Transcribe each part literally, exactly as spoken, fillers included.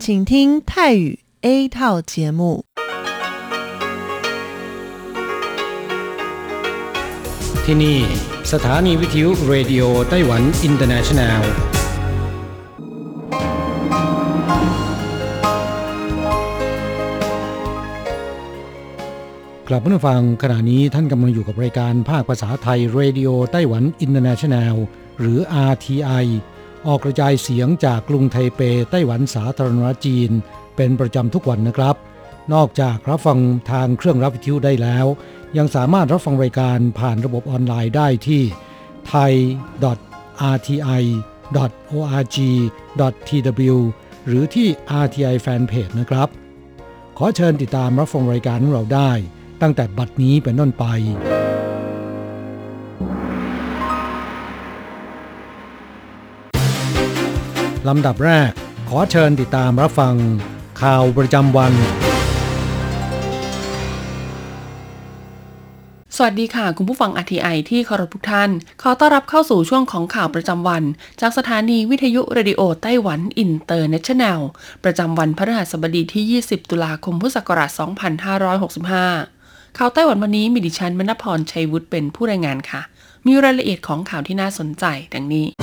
请听泰语 A 套节目。 ที่นี่สถานีวิทยุเรดิโอไต้หวันอินเตอร์เนชั่นแนลกลับมาฟังขณะนี้ท่านกำลังอยู่กับรายการภาคภาษาไทยเรดิโอไต้หวันอินเตอร์เนชั่นแนลหรือ อาร์ ที ไอ ออกกระจายเสียงจากกรุงไทเปไต้หวันสาธารณรัฐจีนเป็นประจำทุกวันนะครับนอกจากรับฟังทางเครื่องรับวิทยุได้แล้วยังสามารถรับฟังรายการผ่านระบบออนไลน์ได้ที่ ไทย ดอท อาร์ ที ไอ ดอท โอ อาร์ จี ดอท ที ดับเบิลยู หรือที่ อาร์ ที ไอ Fanpage นะครับขอเชิญติดตามรับฟังรายการของเราได้ตั้งแต่บัดนี้เป็นต้นไปลำดับแรกขอเชิญติดตามรับฟังข่าวประจำวันสวัสดีค่ะคุณผู้ฟัง อาร์ ที ไอ ที่เคารพทุกท่านขอต้อนรับเข้าสู่ช่วงของข่าวประจำวันจากสถานีวิทยุเรดิโอไต้หวันอินเตอร์เนชั่นแนลประจำวันพฤหัสบดีที่ยี่สิบตุลาคมพุทธศักราชสองพันห้าร้อยหกสิบห้าข่าวไต้หวันวันนี้มีดิฉันมณพรชัยวุฒิเป็นผู้รายงานค่ะมีรายละเอียดของข่าวที่น่าสนใจดังนี้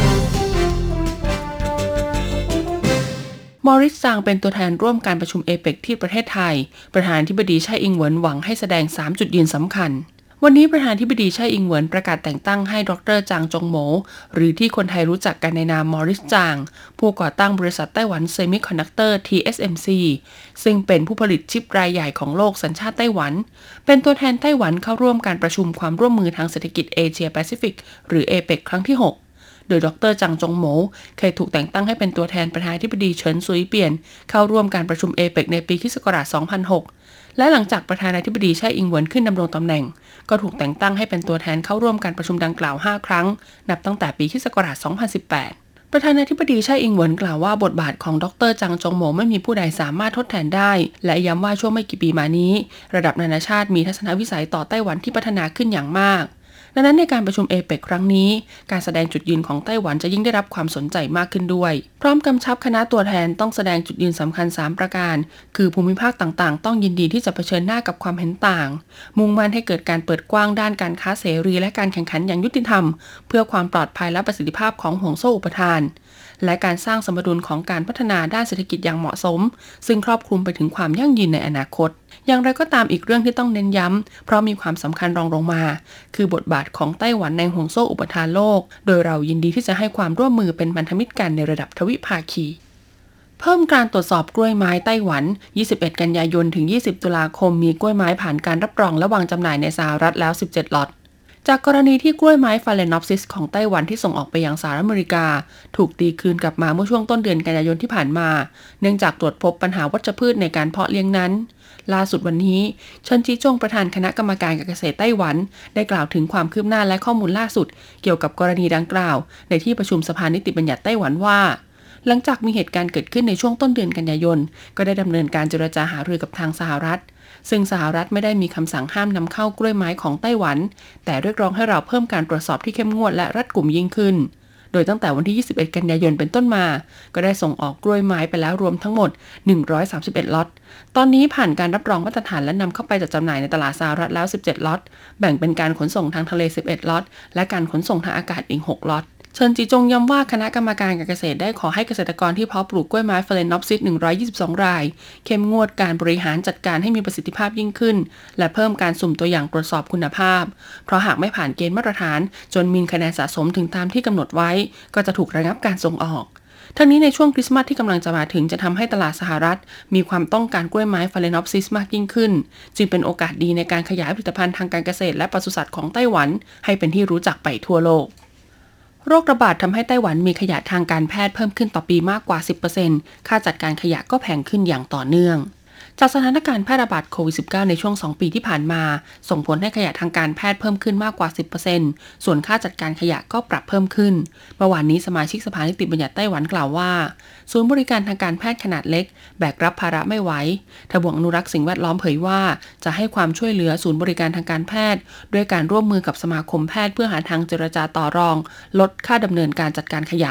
มอริส จางเป็นตัวแทนร่วมการประชุมเอเปกที่ประเทศไทยประธานาธิบดีไช่อิงเหวินหวังให้แสดงสามจุดยืนสำคัญวันนี้ประธานาธิบดีไช่อิงเหวินประกาศแต่งตั้งให้ดร.จางจงโหมหรือที่คนไทยรู้จักกันในนามมอริส จางผู้ก่อตั้งบริษัทไต้หวันเซมิคอนดักเตอร์ ที เอส เอ็ม ซี ซึ่งเป็นผู้ผลิตชิปรายใหญ่ของโลกสัญชาติไต้หวันเป็นตัวแทนไต้หวันเข้าร่วมการประชุมความร่วมมือทางเศรษฐกิจเอเชียแปซิฟิกหรือเอเปกครั้งที่หกโดยดร.จางจงโหมเคยถูกแต่งตั้งให้เป็นตัวแทนประธานาธิบดีเฉินซุยเปี่ยนเข้าร่วมการประชุมเอเปกในปีค.ศ. สองพันหกและหลังจากประธานาธิบดีไช่อิงเหวินขึ้นดำรงตำแหน่งก็ถูกแต่งตั้งให้เป็นตัวแทนเข้าร่วมการประชุมดังกล่าวห้าครั้งนับตั้งแต่ปีค.ศ. สองพันสิบแปดประธานาธิบดีไช่อิงเหวินกล่าวว่าบทบาทของดร.จางจงโหมไม่มีผู้ใดสามารถทดแทนได้และย้ำว่าช่วงไม่กี่ปีมานี้ระดับนานาชาติมีทัศนวิสัยต่อไต้หวันที่พัฒนาขึ้นอย่างมากดังนั้นในการประชุมเอเปกครั้งนี้การแสดงจุดยืนของไต้หวันจะยิ่งได้รับความสนใจมากขึ้นด้วยพร้อมกำชับคณะตัวแทนต้องแสดงจุดยืนสำคัญสามประการคือภูมิภาคต่างๆต้องยินดีที่จะเผชิญหน้ากับความเห็นต่างมุ่งมั่นให้เกิดการเปิดกว้างด้านการค้าเสรีและการแข่งขันอย่างยุติธรรมเพื่อความปลอดภัยและประสิทธิภาพของห่วงโซ่อุปทานและการสร้างสมดุลของการพัฒนาด้านเศรษฐกิจอย่างเหมาะสมซึ่งครอบคลุมไปถึงความยั่งยืนในอนาคตอย่างไรก็ตามอีกเรื่องที่ต้องเน้นย้ำเพราะมีความสำคัญรองลงมาคือบทบาทของไต้หวันในห่วงโซ่อุปทานโลกโดยเรายินดีที่จะให้ความร่วมมือเป็นพันธมิตรกันในระดับทวิภาคีเพิ่มการตรวจสอบกล้วยไม้ไต้หวันยี่สิบเอ็ดกันยายนถึงยี่สิบตุลาคมมีกล้วยไม้ผ่านการรับรองและวางจำหน่ายในสหรัฐแล้วสิบเจ็ดล็อตจากกรณีที่กล้วยไม้ฟาเลนอปซิสของไต้หวันที่ส่งออกไปยังสหรัฐอเมริกาถูกตีคืนกลับมาเมื่อช่วงต้นเดือนกันยายนที่ผ่านมาเนื่องจากตรวจพบปัญหาวัชพืชในการเพาะเลี้ยงนั้นล่าสุดวันนี้เฉินจีจงประธานคณะกรรมการการเกษตรไต้หวันได้กล่าวถึงความคืบหน้าและข้อมูลล่าสุดเกี่ยวกับกรณีดังกล่าวในที่ประชุมสภานิติบัญญัติไต้หวันว่าหลังจากมีเหตุการณ์เกิดขึ้นในช่วงต้นเดือนกันยายนก็ได้ดำเนินการเจรจาหารือกับทางสหรัฐซึ่งสหรัฐไม่ได้มีคำสั่งห้ามนำเข้ากล้วยไม้ของไต้หวันแต่เรียกร้องให้เราเพิ่มการตรวจสอบที่เข้มงวดและรัดกุมยิ่งขึ้นโดยตั้งแต่วันที่ยี่สิบเอ็ดกันยายนเป็นต้นมาก็ได้ส่งออกกล้วยไม้ไปแล้วรวมทั้งหมดหนึ่งร้อยสามสิบเอ็ดล็อตตอนนี้ผ่านการรับรองมาตรฐานและนำเข้าไปจัดจำหน่ายในตลาดสหรัฐแล้วสิบเจ็ดล็อตแบ่งเป็นการขนส่งทางทะเลสิบเอ็ดล็อตและการขนส่งทางอากาศอีกหกล็อตเฉินจีจงย้ำว่าคณะกรรมการการเกษตรได้ขอให้เกษตรกรที่เพาะปลูกกล้วยไม้ฟาเลนอปซิสหนึ่งร้อยยี่สิบสองรายเข้มงวดการบริหารจัดการให้มีประสิทธิภาพยิ่งขึ้นและเพิ่มการสุ่มตัวอย่างตรวจสอบคุณภาพเพราะหากไม่ผ่านเกณฑ์มาตรฐานจนมีคะแนนสะสมถึงตามที่กำหนดไว้ก็จะถูกระงับการส่งออกทั้งนี้ในช่วงคริสต์มาสที่กำลังจะมาถึงจะทำให้ตลาดสหรัฐมีความต้องการกล้วยไม้ฟาเลนอปซิสมากยิ่งขึ้นจึงเป็นโอกาสดีในการขยายผลิตภัณฑ์ทางการเกษตรและปศุสัตว์ของไต้หวันให้เป็นที่รู้จักไปทั่วโลกโรคระบาดทำให้ไต้หวันมีขยะทางการแพทย์เพิ่มขึ้นต่อปีมากกว่า สิบเปอร์เซ็นต์ ค่าจัดการขยะก็แพงขึ้นอย่างต่อเนื่องจากสถานการณ์แพร่ระบาดโควิด สิบเก้า ในช่วงสองปีที่ผ่านมาส่งผลให้ขยะทางการแพทย์เพิ่มขึ้นมากกว่า สิบเปอร์เซ็นต์ ส่วนค่าจัดการขยะก็ปรับเพิ่มขึ้นเมื่อวานนี้สมาชิกสภานิติบัญญัติไต้หวันกล่าวว่าศูนย์บริการทางการแพทย์ขนาดเล็กแบกรับภาระไม่ไหวทบวงอนุรักษ์สิ่งแวดล้อมเผยว่าจะให้ความช่วยเหลือศูนย์บริการทางการแพทย์ด้วยการร่วมมือกับสมาคมแพทย์เพื่อหาทางเจรจาต่อรองลดค่าดำเนินการจัดการขยะ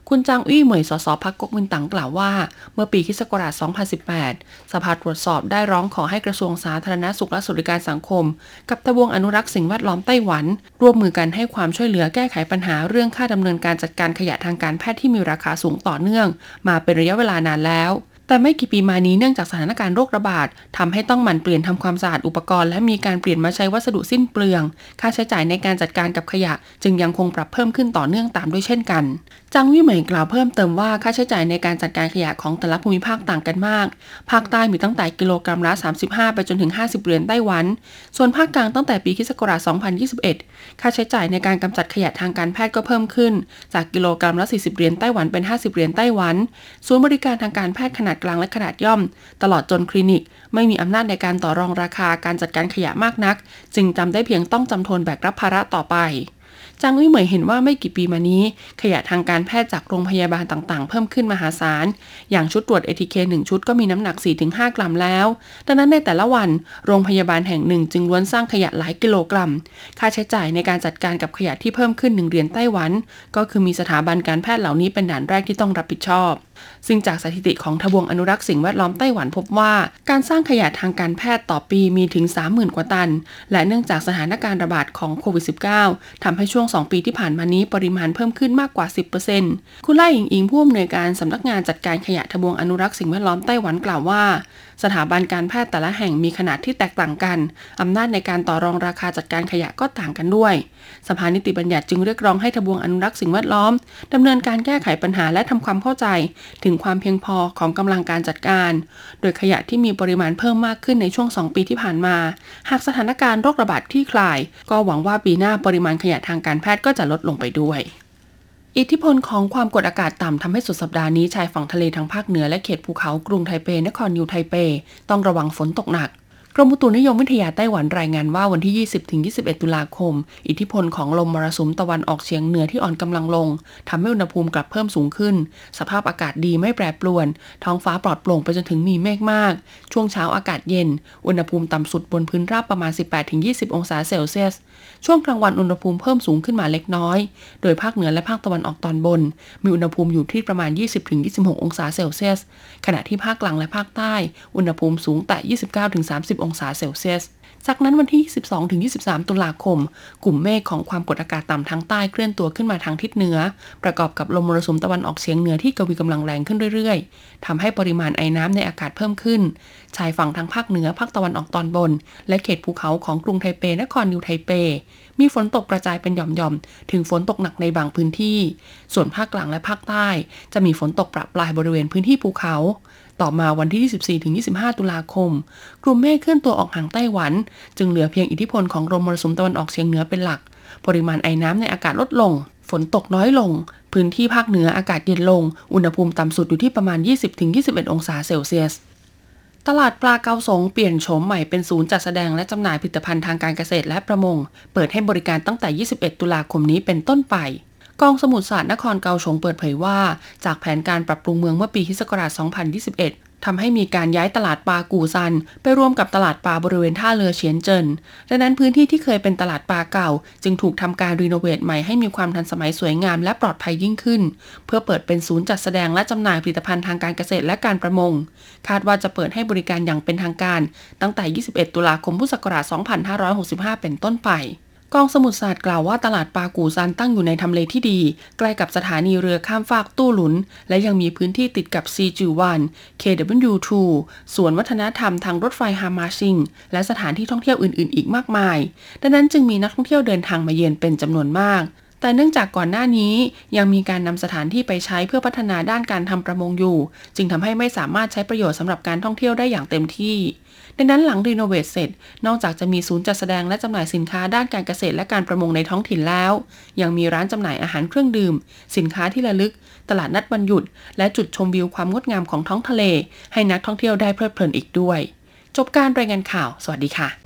คุณจางอี้เหมยสสพรรคก๊กมินตั๋งกล่าวว่าเมื่อปีค.ศ. สองพันสิบแปดสภาตรวจสอบได้ร้องขอให้กระทรวงสาธารณสุขและสวัสดิการสังคมกับทบวงอนุรักษ์สิ่งแวดล้อมไต้หวันร่วมมือกันให้ความช่วยเหลือแก้ไขปัญหาเรื่องค่าดำเนินการจัดการขยะทางการแพทย์ที่มีราคาสูงต่อเนื่องมาเป็นระยะเวลานานแล้วแต่ไม่กี่ปีมานี้เนื่องจากสถานการณ์โรคระบาดทำให้ต้องหมั่นเปลี่ยนทำความสะอาดอุปกรณ์และมีการเปลี่ยนมาใช้วัสดุสิ้นเปลืองค่าใช้จ่ายในการจัดการกับขยะจึงยังคงปรับเพิ่มขึ้นต่อเนื่องตามด้วยเช่นกันจางวี่เหมยกล่าวเพิ่มเติมว่าค่าใช้จ่ายในการจัดการขยะของแต่ละภูมิภาคต่างกันมากภาคใต้มีตั้งแต่กิโลกรัมละสามสิบห้าไปจนถึงห้าสิบเหรียญไต้หวันส่วนภาคกลางตั้งแต่ปีค.ศ. สองพันยี่สิบเอ็ดค่าใช้จ่ายในการกำจัดขยะทางการแพทย์ก็เพิ่มขึ้นจากกิโลกรัมละสี่สิบเหรียญไต้หวันเป็นห้าสิบเหรียญไต้หวันศูนย์บริการทางการแพทย์ขนาดกลางและขนาดย่อมตลอดจนคลินิกไม่มีอำนาจในการต่อรองราคาการจัดการขยะมากนักจึงจำได้เพียงต้องจำทนแบกรับภาระต่อไปจางวี่เหมยเห็นว่าไม่กี่ปีมานี้ขยะทางการแพทย์จากโรงพยาบาลต่างๆเพิ่มขึ้นมหาศาลอย่างชุดตรวจ เอ ที เค หนึ่งชุดก็มีน้ำหนัก สี่ถึงห้า กรัมแล้วดังนั้นในแต่ละวันโรงพยาบาลแห่งหนึ่งจึงล้วนสร้างขยะหลายกิโลกรัมค่าใช้จ่ายในการจัดการกับขยะที่เพิ่มขึ้นหนึ่งเหรียญไต้หวันก็คือมีสถาบันการแพทย์เหล่านี้เป็นด่านแรกที่ต้องรับผิดชอบซึ่งจากสถิติของทบวงอนุรักษ์สิ่งแวดล้อมไต้หวันพบว่าการสร้างขยะทางการแพทย์ต่อปีมีถึง สามหมื่น กว่าตันและเนื่องจากสถานการณ์ระบาดของโควิด สิบเก้า ทำให้ช่วงสองปีที่ผ่านมานี้ปริมาณเพิ่มขึ้นมากกว่า สิบเปอร์เซ็นต์ คุณไล่อิงอิงผู้อำนวยการสำนักงานจัดการขยะทบวงอนุรักษ์สิ่งแวดล้อมไต้หวันกล่าวว่าสถาบันการแพทย์แต่ละแห่งมีขนาดที่แตกต่างกันอำนาจในการต่อรองราคาจัดการขยะก็ต่างกันด้วยสภานิติบัญญัติจึงเรียกร้องให้ทบวงอนุรักษ์สิ่งแวดล้อมดำเนินการแก้ไขปัญหาและทำความเข้าใจถึงความเพียงพอของกำลังการจัดการโดยขยะที่มีปริมาณเพิ่มมากขึ้นในช่วงสองปีที่ผ่านมาหากสถานการณ์โรคระบาดคลี่คลายก็หวังว่าปีหน้าปริมาณขยะทางการแพทย์ก็จะลดลงไปด้วยอิทธิพลของความกดอากาศต่ำทำให้สุดสัปดาห์นี้ชายฝั่งทะเลทางภาคเหนือและเขตภูเขากรุงไทเปนครนิวไทเปต้องระวังฝนตกหนักกรมอุตุนิยมวิทยาไต้หวันรายงานว่าวันที่ ยี่สิบถึงยี่สิบเอ็ด ตุลาคมอิทธิพลของลมมรสุมตะวันออกเฉียงเหนือที่อ่อนกำลังลงทำให้อุณหภูมิกลับเพิ่มสูงขึ้นสภาพอากาศดีไม่แปรปรวนท้องฟ้าปลอดโปร่งไปจนถึงมีเมฆมากช่วงเช้าอากาศเย็นอุณหภูมิต่ำสุดบนพื้นราบประมาณ สิบแปดถึงยี่สิบ องศาเซลเซียสช่วงกลางวันอุณหภูมิเพิ่มสูงขึ้นมาเล็กน้อยโดยภาคเหนือและภาคตะวันออกตอนบนมีอุณหภูมิอยู่ที่ประมาณ ยี่สิบถึงยี่สิบหก องศาเซลเซียสขณะที่ภาคกลางและภาคใต้อุณหภูมิสูงแต่ ยี่สิบเก้าถึงสามสิบ องศาเซลเซียสจากนั้นวันที่ ยี่สิบสองถึงยี่สิบสาม ตุลาคมกลุ่มเมฆของความกดอากาศต่ำทางใต้เคลื่อนตัวขึ้นมาทางทิศเหนือประกอบกับลมมรสุมตะวันออกเฉียงเหนือที่กวีกำลังแรงขึ้นเรื่อยๆทำให้ปริมาณไอน้ำในอากาศเพิ่มขึ้นชายฝั่งทางภาคเหนือภาคตะวันออกตอนบนและเขตภูเขาของกรุงไทเปนครนิวไทเปมีฝนตกกระจายเป็นหย่อมๆถึงฝนตกหนักในบางพื้นที่ส่วนภาคกลางและภาคใต้จะมีฝนตกประปรายบริเวณพื้นที่ภูเขาต่อมาวันที่ ยี่สิบสี่ถึงยี่สิบห้า ตุลาคมกลุ่มเมฆเคลื่อนตัวออกห่างไต้หวันจึงเหลือเพียงอิทธิพลของลมมรสุมตะวันออกเฉียงเหนือเป็นหลักปริมาณไอน้ำในอากาศลดลงฝนตกน้อยลงพื้นที่ภาคเหนืออากาศเย็นลงอุณหภูมิต่ำสุดอยู่ที่ประมาณ ยี่สิบถึงยี่สิบเอ็ด องศาเซลเซียสตลาดปลาเกาสงเปลี่ยนโฉมใหม่เป็นศูนย์จัดแสดงและจำหน่ายผลิตภัณฑ์ทางการเกษตรและประมงเปิดให้บริการตั้งแต่ ยี่สิบเอ็ด ตุลาคมนี้เป็นต้นไปกองสมุทรศาสตร์นครเกาสงเปิดเผยว่าจากแผนการปรับปรุงเมืองเมื่อปีค.ศ. สองพันยี่สิบเอ็ดทำให้มีการย้ายตลาดปลากู่ซันไปรวมกับตลาดปลาบริเวณท่าเรือเฉียนเจินดังนั้นพื้นที่ที่เคยเป็นตลาดปลาเก่าจึงถูกทำการรีโนเวทใหม่ให้มีความทันสมัยสวยงามและปลอดภัยยิ่งขึ้นเพื่อเปิดเป็นศูนย์จัดแสดงและจำหน่ายผลิตภัณฑ์ทางการเกษตรและการประมงคาดว่าจะเปิดให้บริการอย่างเป็นทางการตั้งแต่ ยี่สิบเอ็ด ตุลาคม พุทธศักราช สองพันห้าร้อยหกสิบห้า เป็นต้นไปกองสมุทรศาสตร์กล่าวว่าตลาดปลากู่ซันตั้งอยู่ในทำเลที่ดีใกล้กับสถานีเรือข้ามฟากตู้หลุนและยังมีพื้นที่ติดกับ ซี จี วัน เค ดับเบิลยู ทู สวนวัฒนธรรมทางรถไฟฮามาชิงและสถานที่ท่องเที่ยวอื่นๆอีกมากมายดังนั้นจึงมีนักท่องเที่ยวเดินทางมาเยือนเป็นจำนวนมากแต่เนื่องจากก่อนหน้านี้ยังมีการนำสถานที่ไปใช้เพื่อพัฒนาด้านการทำประมงอยู่จึงทำให้ไม่สามารถใช้ประโยชน์สำหรับการท่องเที่ยวได้อย่างเต็มที่ดังนั้นหลังรีโนเวทเสร็จนอกจากจะมีศูนย์จัดแสดงและจำหน่ายสินค้าด้านการเกษตรและการประมงในท้องถิ่นแล้วยังมีร้านจำหน่ายอาหารเครื่องดื่มสินค้าที่ระลึกตลาดนัดวันหยุดและจุดชมวิวความงดงามของท้องทะเลให้นักท่องเที่ยวได้เพลิดเพลินอีกด้วยจบการรายงานข่าวสวัสดีค่ะ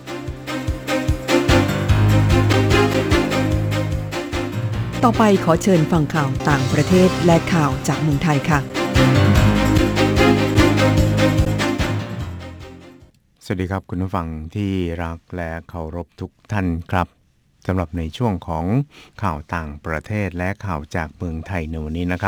ต่อไปขอเชิญฟังข่าวต่างประเทศและข่าวจากเมืองไทยค่ะสวัสดีครับคุณผู้ฟังที่รักและเคารพทุกท่านครับสำหรับในช่วงของข่าวต่างประเทศและข่าวจากเมืองไทยในวันนี้นะครับ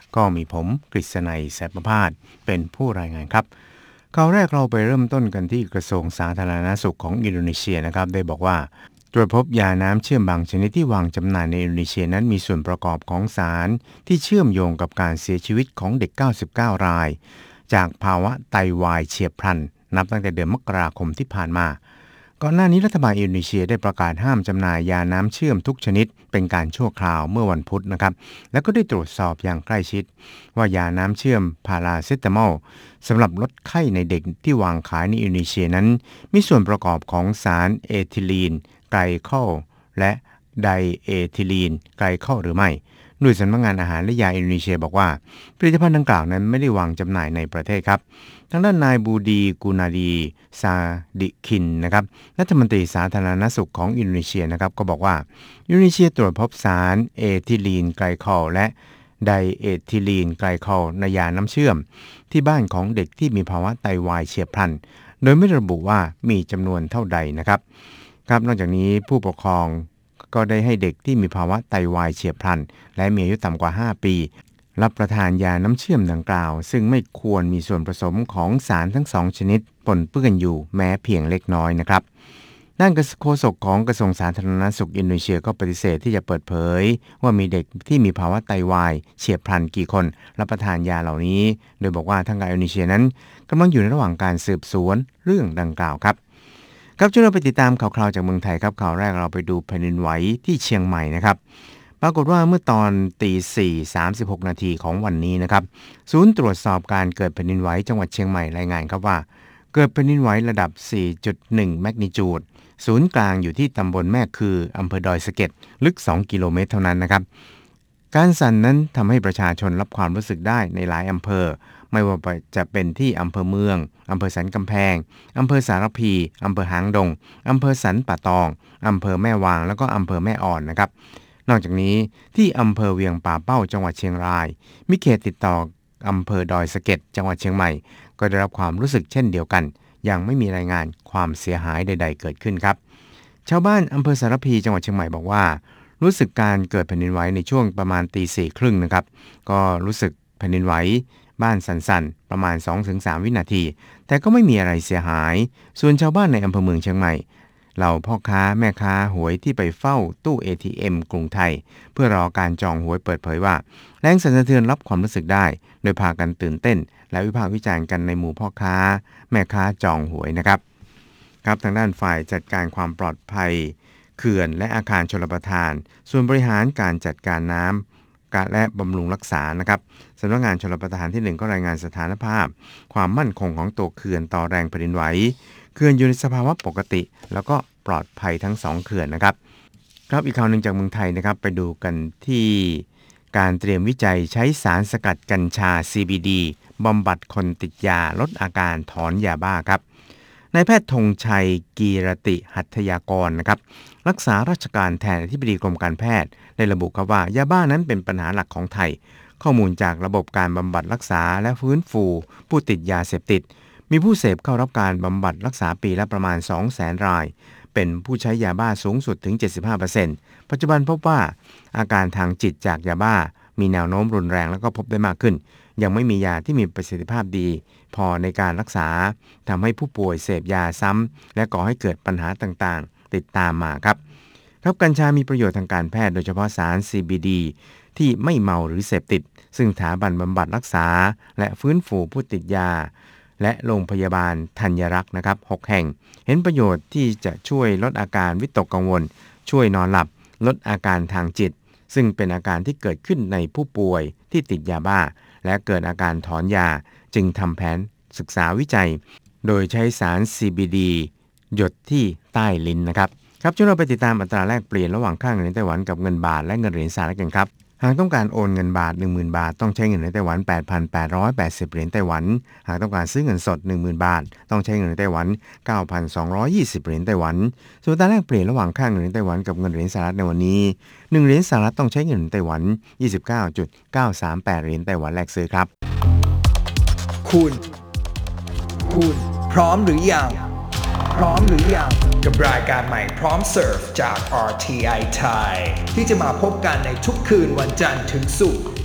ก็มีผมกฤษณัยแสนประภาสเป็นผู้รายงานครับข่าวแรกเราไปเริ่มต้นกันที่กระทรวงสาธารณสุขของอินโดนีเซียนะครับได้บอกว่าตรวจพบยาน้ำเชื่อมบางชนิดที่วางจำหน่ายในอินโดนีเซียนั้นมีส่วนประกอบของสารที่เชื่อมโยงกับการเสียชีวิตของเด็กเก้าสิบเก้ารายจากภาวะไตวายเฉียบพลันนับตั้งแต่เดือนมกราคมที่ผ่านมาก่อนหน้านี้รัฐบาลอินโดนีเซียได้ประกาศห้ามจำหน่ายยาน้ำเชื่อมทุกชนิดเป็นการชั่วคราวเมื่อวันพุธนะครับแล้วก็ได้ตรวจสอบอย่างใกล้ชิดว่ายาน้ำเชื่อมพาราเซตามอลสำหรับลดไข้ในเด็กที่วางขายในอินโดนีเซียนั้นมีส่วนประกอบของสารเอทิลีนไกลคอลและไดเอทิลีนไกลคอลหรือไม่โดยสำนักงานอาหารและยาอินโดนีเซียบอกว่าผลิตภัณฑ์ดังกล่าวนั้นไม่ได้วางจำหน่ายในประเทศครับทางด้านนายบูดีกูนาดีซาดิคินนะครับรัฐมนตรีสาธารณสุขของอินโดนีเซียนะครับก็บอกว่าอินโดนีเซียตรวจพบสารเอทิลีนไกลคอลและไดเอทิลีนไกลคอลในยาน้ำเชื่อมที่บ้านของเด็กที่มีภาวะไตวายเฉียบพลันโดยไม่ระบุว่ามีจำนวนเท่าใดนะครับครับนอกจากนี้ผู้ปกครองก็ได้ให้เด็กที่มีภาวะไตวายเฉียบพลันและมีอายุต่ำกว่าห้าปีรับประทานยาน้ำเชื่อมดังกล่าวซึ่งไม่ควรมีส่วนผสมของสารทั้งสองชนิดปนเปื้อนอยู่แม้เพียงเล็กน้อยนะครับด้านโฆษกของกระทรวงสาธารณสุขอินโดนีเซียก็ปฏิเสธที่จะเปิดเผยว่ามีเด็กที่มีภาวะไตวายเฉียบพลันกี่คนรับประทานยาเหล่านี้โดยบอกว่าทางการอินโดนีเซียนั้นกำลังอยู่ในระหว่างการสืบสวนเรื่องดังกล่าวครับครับช่วยเราไปติดตามข่าวคราวจากเมืองไทยครับข่าวแรกเราไปดูแผ่นดินไหวที่เชียงใหม่นะครับปรากฏว่าเมื่อตอนตีสี่สามสิบหกนาทีของวันนี้นะครับศูนย์ตรวจสอบการเกิดแผ่นดินไหวจังหวัดเชียงใหม่รายงานครับว่าเกิดแผ่นดินไหวระดับ สี่จุดหนึ่ง แมกนิจูดศูนย์กลางอยู่ที่ตำบลแม่คืออำเภอดอยสะเก็ดลึกสองกิโลเมตรเท่านั้นนะครับการสั่นนั้นทำให้ประชาชนรับความรู้สึกได้ในหลายอำเภอไม่ว่าจะเป็นที่อำเภอเมืองอำเภอสันกำแพงอำเภอสารพีอำเภอหางดงอำเภอสันป่าตองอำเภอแม่วางแล้วก็อำเภอแม่อ่อนนะครับนอกจากนี้ที่อำเภอเวียงป่าเป้าจังหวัดเชียงรายมีเขตติดต่ออำเภอดอยสะเก็ดจังหวัดเชียงใหม่ก็ได้รับความรู้สึกเช่นเดียวกันยังไม่มีรายงานความเสียหายใดๆเกิดขึ้นครับชาวบ้านอำเภอสารพีจังหวัดเชียงใหม่บอกว่ารู้สึกการเกิดแผ่นดินไหวในช่วงประมาณตีสี่ครึ่งนะครับก็รู้สึกแผ่นดินไหวบ้านสั่นๆประมาณ สองถึงสาม วินาทีแต่ก็ไม่มีอะไรเสียหายส่วนชาวบ้านในอำเภอเมืองเชียงใหม่เหล่าพ่อค้าแม่ค้าหวยที่ไปเฝ้าตู้ เอ ที เอ็ม กรุงไทยเพื่อรอการจองหวยเปิดเผยว่าแรงสั่นสะเทือนรับความรู้สึกได้โดยพากันตื่นเต้นและวิพากษ์วิจารณ์กันในหมู่พ่อค้าแม่ค้าจองหวยนะครับครับทางด้านฝ่ายจัดการความปลอดภัยเขื่อนและอาคารชลประทานส่วนบริหารการจัดการน้ำการและบำรุงรักษานะครับสำนักงานชลประทานที่หนึ่งก็รายงานสถานภาพความมั่นคงของตัวเขื่อนต่อแรงแผ่นดินไหวเขื่อนอยู่ในสภาวะปกติแล้วก็ปลอดภัยทั้งสองเขื่อนนะครับครับอีกข่าวหนึ่งจากเมืองไทยนะครับไปดูกันที่การเตรียมวิจัยใช้สารสกัดกัญชา ซี บี ดี บำบัดคนติดยาลดอาการถอนยาบ้าครับนายแพทย์ธงชัยกีรติหัตถยากรนะครับรักษาราชการแทนอธิบดีกรมการแพทย์ได้ระบุครับว่ายาบ้านั้นเป็นปัญหาหลักของไทยข้อมูลจากระบบการบำบัดรักษาและฟื้นฟูผู้ติดยาเสพติดมีผู้เสพเข้ารับการบำบัดรักษาปีละประมาณ สองแสน รายเป็นผู้ใช้ยาบ้าสูงสุดถึง เจ็ดสิบห้าเปอร์เซ็นต์ ปัจจุบันพบว่าอาการทางจิตจากยาบ้ามีแนวโน้มรุนแรงแล้วก็พบได้มากขึ้นยังไม่มียาที่มีประสิทธิภาพดีพอในการรักษาทำให้ผู้ป่วยเสพยาซ้ำและก่อให้เกิดปัญหาต่างๆติดตามมาครับครับกัญชามีประโยชน์ทางการแพทย์โดยเฉพาะสาร ซี บี ดี ที่ไม่เมาหรือเสพติดซึ่งสถาบันบำบัดรักษาและฟื้นฟูผู้ติดยาและโรงพยาบาลธัญรักษ์นะครับหกแห่งเห็นประโยชน์ที่จะช่วยลดอาการวิตกกังวลช่วยนอนหลับลดอาการทางจิตซึ่งเป็นอาการที่เกิดขึ้นในผู้ป่วยที่ติดยาบ้าและเกิดอาการถอนยาจึงทำแผนศึกษาวิจัยโดยใช้สาร ซี บี ดี หยดที่ใต้ลิ้นนะครับครับช่วยเราไปติดตามอัตราแลกเปลี่ยนระหว่างค่าเงินไต้หวันกับเงินบาทและเงินเหรียญสหรัฐกันครับหากต้องการโอนเงินบาท หนึ่งหมื่น บาทต้องใช้เงินในไต้หวัน แปดพันแปดร้อยแปดสิบ เหรียญไต้หวันหากต้องการซื้อเงินสด หนึ่งหมื่น บาทต้องใช้เงินในไต้หวัน เก้าพันสองร้อยยี่สิบ เหรียญไต้หวันส่วนอัตราแลกเปลี่ยนระหว่างค่าเงินในไต้หวันกับเงินเหรียญสหรัฐในวันนี้หนึ่งเหรียญสหรัฐต้องใช้เงินในไต้หวัน ยี่สิบเก้าจุดเก้าสามแปด เหรียญไต้หวันแลกซื้อครับคุณคุณพร้อมหรือยังพร้อมหรือยังกับรายการใหม่พร้อมเสิร์ฟจาก อาร์ ที ไอ ไทยที่จะมาพบกันในทุกคืนวันจันทร์ถึงศุกร์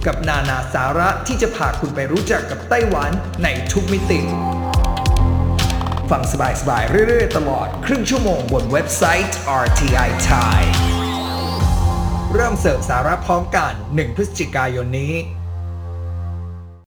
กับนานาสาระที่จะพาคุณไปรู้จักกับไต้หวันในทุกมิติฟังสบายๆเรื่อยๆตลอดครึ่งชั่วโมงบนเว็บไซต์ อาร์ ที ไอ Thai เริ่มเสิร์ฟสาระพร้อมกันหนึ่งพฤศจิกายนนี้